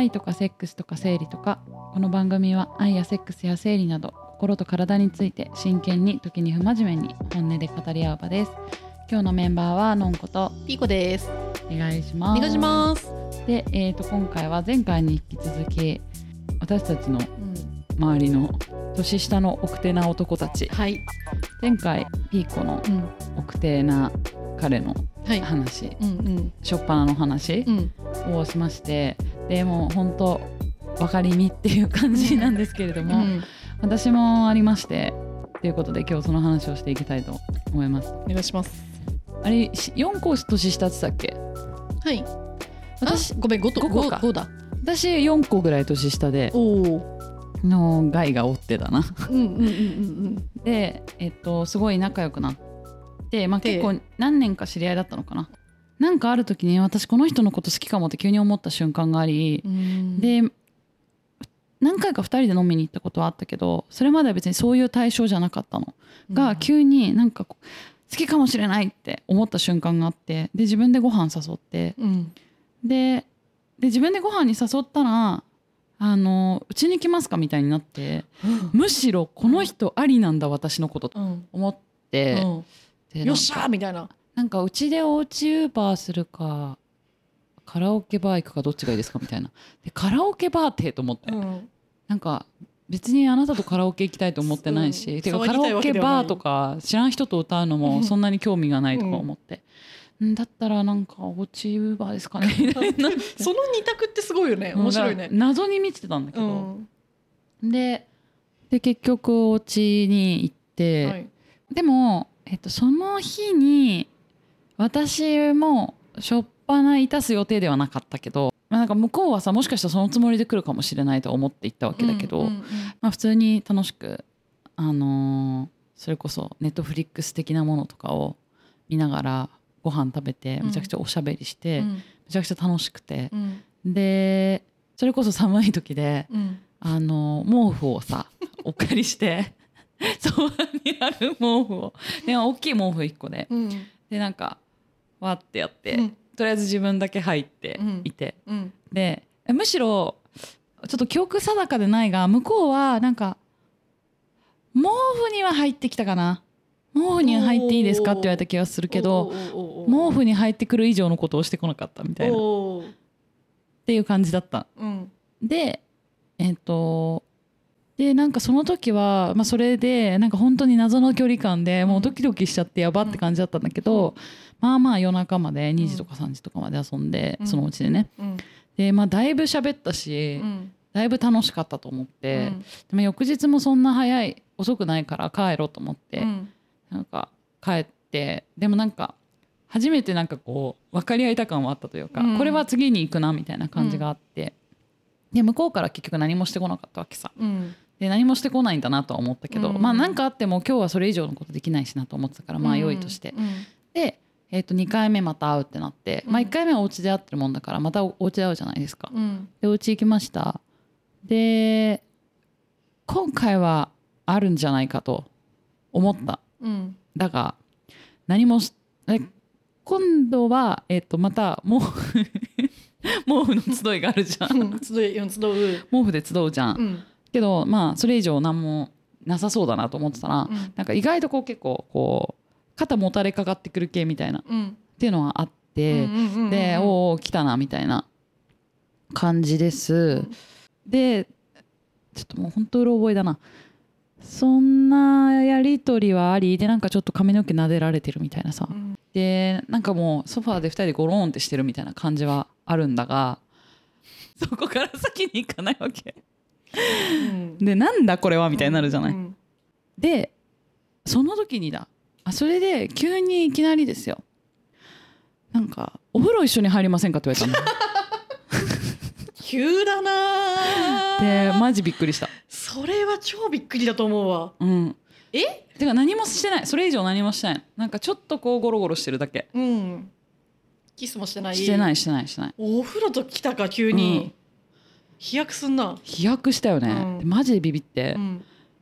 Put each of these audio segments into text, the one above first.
愛とかセックスとか生理とか。この番組は愛やセックスや生理など心と体について真剣に時に不真面目に本音で語り合う場です。今日のメンバーはのんことピーコです。 お願いします。 お願いします。 で、今回は前回に引き続き私たちの周りの年下の奥手な男たち、 はい、 前回ピーコの奥手な彼の話、しょっぱなの話をしまして、でもう本当分かりみっていう感じなんですけれども、私もありましてということで今日その話をしていきたいと思います。 お願いします。 あれ4個年下って言ったっけ？ はい。私ごめん 5個か。5だ。 私4個ぐらい年下での害が追ってだな。で、すごい仲良くなって、結構何年か知り合いだったのかな。なんかある時に私この人のこと好きかもって急に思った瞬間があり、で何回か2人で飲みに行ったことはあったけど、それまでは別にそういう対象じゃなかったのが、急になんか好きかもしれないって思った瞬間があって、で自分でご飯誘って、で自分でご飯に誘ったらうちに来ますかみたいになって、むしろこの人ありなんだ私のことと思って、 でよっしゃーみたいな、 なんかうちでおうちウーバーするかカラオケバー行くかどっちがいいですかみたいな。でカラオケバーってと思って、なんか別にあなたとカラオケ行きたいと思ってないし、てかカラオケバーとか知らん人と歌うのもそんなに興味がないとか思って、だったらなんかおうちウーバーですかねみたいなその二択ってすごいよね。面白いね。 謎に見てたんだけど、で結局お家に行って、でも、その日に私もしょっぱないたす予定ではなかったけど、なんか向こうはさもしかしたらそのつもりで来るかもしれないと思って行ったわけだけど、普通に楽しく、それこそネットフリックス的なものとかを見ながらご飯食べてめちゃくちゃおしゃべりして、めちゃくちゃ楽しくて、でそれこそ寒い時で、毛布をさお借りしてソファにある毛布を、で大きい毛布1個で、でなんかわってやって、とりあえず自分だけ入っていて、でむしろちょっと記憶定かでないが向こうはなんか毛布には入ってきたかな、毛布には入っていいですかって言われた気がするけど、毛布に入ってくる以上のことをしてこなかったみたいなっていう感じだった、ででなんかその時は、それでなんか本当に謎の距離感でもうドキドキしちゃってやばって感じだったんだけど、まあ夜中まで2時とか3時とかまで遊んで、そのうちでね、でだいぶ喋ったし、だいぶ楽しかったと思って、でも翌日もそんな遅くないから帰ろうと思って、なんか帰って、でもなんか初めてなんかこう分かり合いた感はあったというか、これは次に行くなみたいな感じがあって、で向こうから結局何もしてこなかったわけさ、で何もしてこないんだなとは思ったけど、何かあっても今日はそれ以上のことできないしなと思ってたから良いとして、で、2回目また会うってなって、1回目はお家で会ってるもんだからまたお家で会うじゃないですか、でお家行きました。で今回はあるんじゃないかと思った、だが何も今度は、また毛布の集いがあるじゃん毛布で集うじゃん、けどそれ以上何もなさそうだなと思ってたら、なんか意外とこう結構こう肩もたれかかってくる系みたいな、っていうのがあって、でお来たなみたいな感じです、でちょっともう本当うろ覚えだな、そんなやり取りはありで、なんかちょっと髪の毛撫でられてるみたいなさ、でなんかもうソファーで2人でゴローンってしてるみたいな感じはあるんだが、そこから先に行かないわけでなんだこれはみたいになるじゃない、でその時にそれで急にいきなりですよ、なんかお風呂一緒に入りませんかって言われたの急だなでマジびっくりした。 それは超びっくりだと思うわ。 てか何もしてない、それ以上何もしてない、なんかちょっとこうゴロゴロしてるだけ、 キスもしてない。 してないお風呂と来たか急に、飛躍すんな。 飛躍したよね、マジでビビって、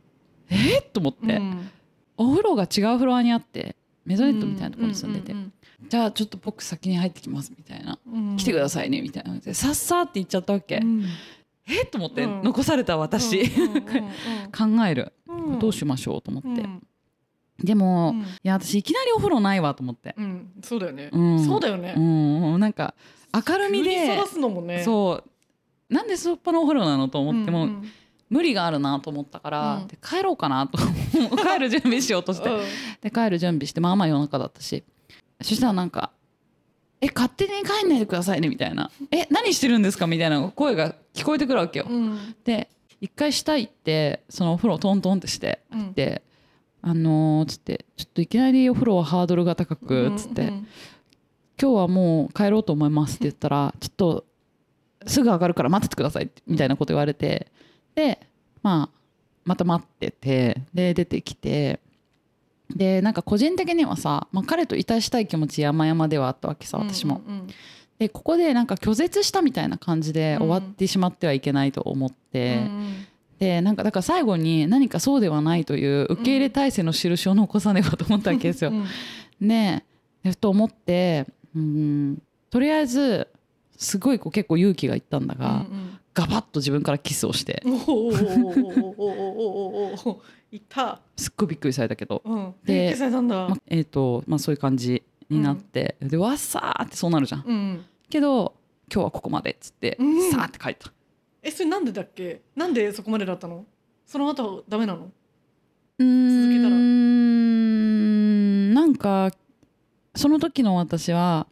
と思って、お風呂が違うフロアにあってメゾネットみたいなところに住んでて、 じゃあちょっと僕先に入ってきますみたいな、 うん来てくださいねみたいなでさっさって言っちゃったわけ、 うんと思って、 うん残された私、考える、どうしましょうと思って、でも、いや私いきなりお風呂ないわと思って、 そうだよね、 そうだよね、なんか明るみで探すのもね、 そうなんでそっぱのお風呂なのと思っても、無理があるなと思ったから、で帰ろうかなと帰る準備しようとして、で帰る準備してまあまあ夜中だったし、そしたらなんか勝手に帰んないでくださいねみたいな、何してるんですかみたいな声が聞こえてくるわけよ、で一回下行ってそのお風呂トントンってして、でつってちょっといきなりお風呂はハードルが高くつって、今日はもう帰ろうと思いますって言ったら、ちょっとすぐ上がるから待っててくださいみたいなこと言われて、でまた待ってて、で出てきて、でなんか個人的にはさ、彼といたしたい気持ち山々ではあったわけさ、私も。でここでなんか拒絶したみたいな感じで終わってしまってはいけないと思って、でなんかだから最後に何かそうではないという受け入れ体制の印を残さねばと思ったわけですよ。ねえと思って、とりあえずすごい結構勇気がいったんだが、ガバッと自分からキスをして、 いったすっごいびっくりされたけど、 びっくりされたんだ。 そういう感じになって、でわっさーってそうなるじゃん、けど今日はここまでっつって、さーって帰った。 それなんでだっけ？なんでそこまでだったの？その後ダメなの？続けたらなんかその時の私は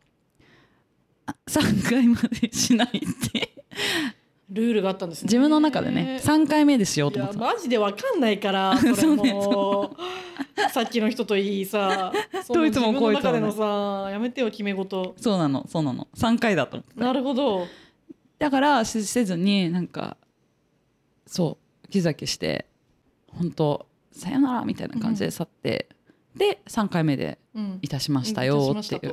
3回までしないってルールがあったんですね。 自分の中でね3回目でしようと思ってた。 いやマジでわかんないからそれもさっきの人といいさ、 どいつもこいつもね、 自分の中でのさやめてよ決め事。 そうなの3回だと思ってた。 なるほど。 だからせずになんかそうギザギして本当さよならみたいな感じで去って、で3回目でいたしましたよっていう、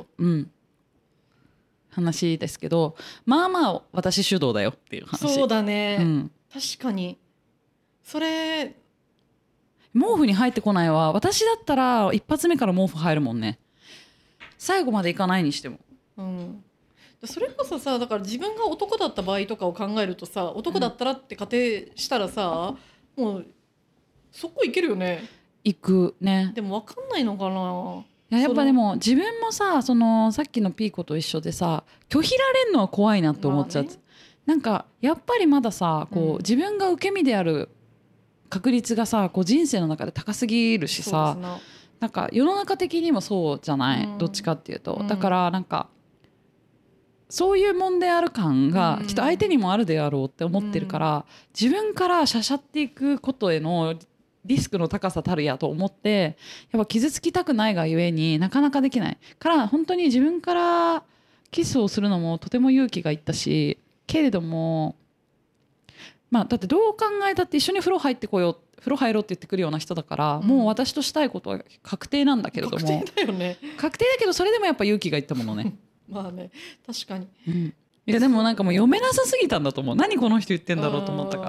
話ですけど、まあ私主導だよっていう話。 そうだね、確かにそれ毛布に入ってこないわ。私だったら一発目から毛布入るもんね、最後までいかないにしても。 それこそさ、だから自分が男だった場合とかを考えるとさ、男だったらって仮定したらさ、もうそこいけるよね。 行くね。 でも分かんないのかな。 やっぱでも自分もさ、さっきのピーコと一緒でさ、拒否られるのは怖いなって思っちゃって、なんかやっぱりまださ自分が受け身である確率がさ人生の中で高すぎるしさ、なんか世の中的にもそうじゃない、どっちかっていうと、だからなんかそういう問題ある感がきっと相手にもあるであろうって思ってるから、自分からしゃしゃっていくことへのリスクの高さたるやと思って、やっぱ傷つきたくないがゆえになかなかできないから、本当に自分からキスをするのもとても勇気がいったし、けれどもだってどう考えたって一緒に風呂入ってこよう、風呂入ろうって言ってくるような人だから、もう私としたいことは確定なんだけれども、 確定だよね。 確定だけどそれでもやっぱ勇気がいったものねまあね、確かに、 いやでもなんかもう読めなさすぎたんだと思う。何この人言ってんだろうと思ったから。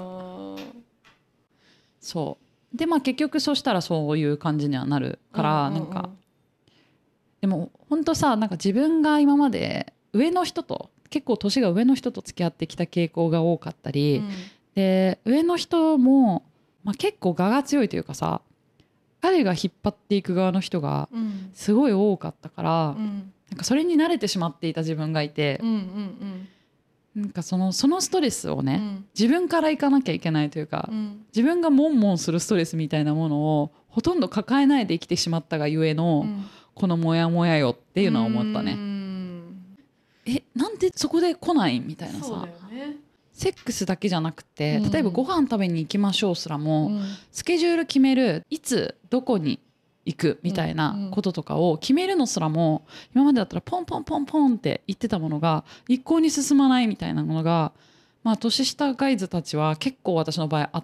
そうで結局そうしたらそういう感じにはなるから、なんかでも本当さ、なんか自分が今まで上の人と結構年が上の人と付き合ってきた傾向が多かったり、で上の人も、結構我が強いというかさ、彼が引っ張っていく側の人がすごい多かったから、なんかそれに慣れてしまっていた自分がいて、なんかそのストレスをね、自分からいかなきゃいけないというか、自分がモンモンするストレスみたいなものをほとんど抱えないで生きてしまったがゆえの、このモヤモヤよっていうのは思ったね。なんでそこで来ないみたいなさ、セックスだけじゃなくて、例えばご飯食べに行きましょうすらも、スケジュール決める、いつどこに行くみたいなこととかを決めるのすらも、今までだったらポンポンポンポンって言ってたものが一向に進まないみたいなものが、年下ガイズたちは結構私の場合あって、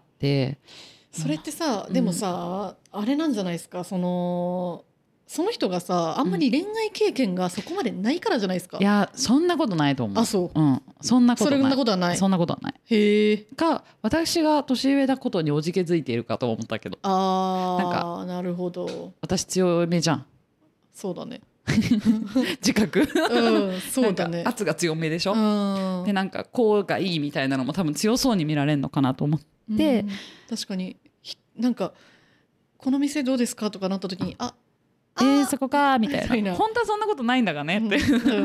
それってさ、でもさ、あれなんじゃないですか、その人がさ、あんまり恋愛経験がそこまでないからじゃないですか。 いやそんなことないと思う。 あ、そう、 そんなことない。 そんなことはない。 そんなことはない。 へえ。 か私が年上だことにおじけづいているかと思ったけど、なんかなるほど。 私強めじゃん。 そうだね。 自覚そうだね。 なんか圧が強めでしょ、 うんでなんかこうがいいみたいなのも多分強そうに見られるのかなと思って、 確かになんかこの店どうですかとかなった時にそこかみたいな本当はそんなことないんだがねって、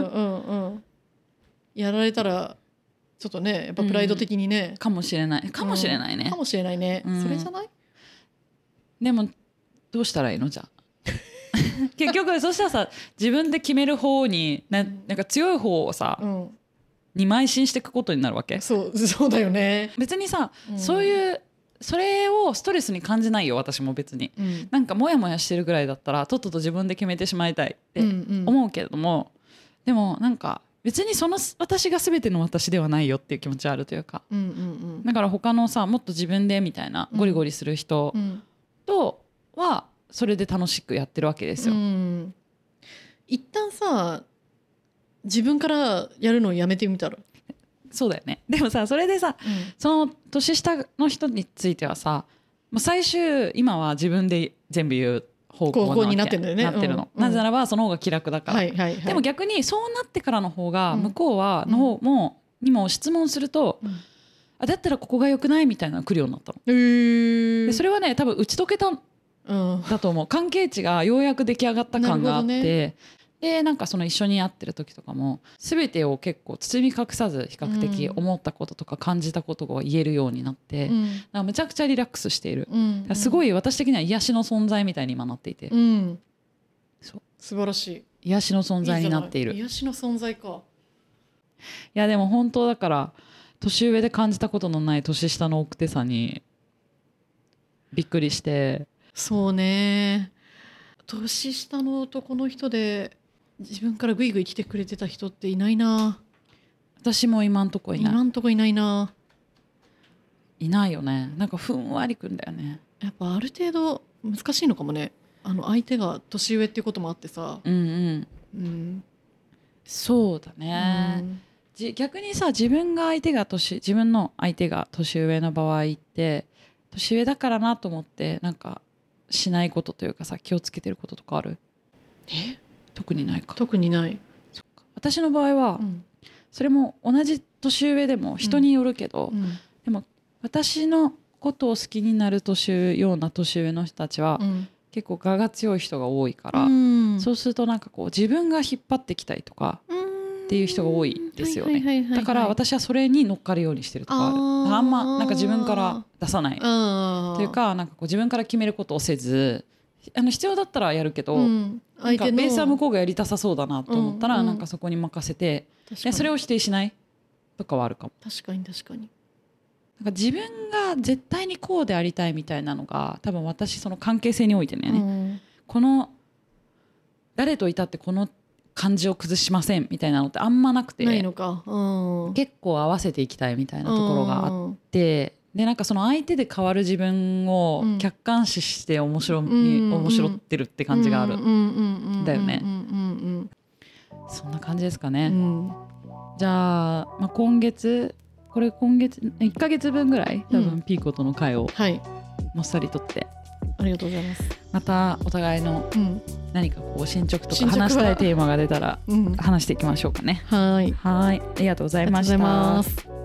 やられたらちょっとねやっぱプライド的にね、 かもしれないね、かもしれないね、 それじゃない？でもどうしたらいいのじゃあ結局そしたらさ自分で決める方になんか強い方をさ、に邁進していくことになるわけ。 そうだよね。 別にさ、そういうそれをストレスに感じないよ私も別に、なんかモヤモヤしてるぐらいだったらとっとと自分で決めてしまいたいって思うけれども、でもなんか別にその私が全ての私ではないよっていう気持ちはあるというか、だから他のさもっと自分でみたいなゴリゴリする人とはそれで楽しくやってるわけですよ。 一旦さ自分からやるのをやめてみたら。 そうだよね。でもさそれでさ、その年下の人についてはさ最終今は自分で全部言う方向になってるんだよね。 なってるの、なぜならばその方が気楽だから、でも逆にそうなってからの方が向こうはの方も、にも質問すると、だったらここが良くないみたいなのが来るようになったの。でそれはね多分打ち解けたんだと思う。関係値がようやく出来上がった感があって、でなんかその一緒に会ってる時とかも全てを結構包み隠さず比較的思ったこととか感じたことが言えるようになって、なんかむちゃくちゃリラックスしている、すごい私的には癒しの存在みたいに今なっていて、 そう素晴らしい癒しの存在になっている。 癒しの存在か。 いやでも本当だから年上で感じたことのない年下の奥手さにびっくりして。 そうね、年下の男の人で自分からグイグイ来てくれてた人っていないな。 私も今んとこいない。 今んとこいないな。 いないよね。なんかふんわりくんだよね。 やっぱある程度難しいのかもね。相手が年上っていうこともあってさ。 そうだね、逆にさ自分の相手が年上の場合って年上だからなと思ってなんかしないことというかさ気をつけてることとかある？特にないか。 特にない。 そっか。私の場合は、それも同じ年上でも人によるけど、でも私のことを好きになるような年上の人たちは、結構我が強い人が多いから、そうするとなんかこう自分が引っ張ってきたりとかっていう人が多いですよね。だから私はそれに乗っかるようにしてるとかある。あんまなんか自分から出さないというか、なんかこう自分から決めることをせず、必要だったらやるけど、なんかベースは向こうがやりたさそうだなと思ったら、なんかそこに任せて、それを否定しないとかはあるかも。 確かに確かに。 なんか自分が絶対にこうでありたいみたいなのが多分私その関係性においてね、この誰といたってこの感じを崩しませんみたいなのってあんまなくて、 ないのか、 結構合わせていきたいみたいなところがあって、でなんかその相手で変わる自分を客観視して面白ってるって感じがあるんだよね。そんな感じですかね。じゃあ、今月1ヶ月分ぐらい多分ピーコとの会をもっさりとって、 ありがとうございます。 またお互いの何かこう進捗とか話したいテーマが出たら話していきましょうかね。 はい、 ありがとうございました。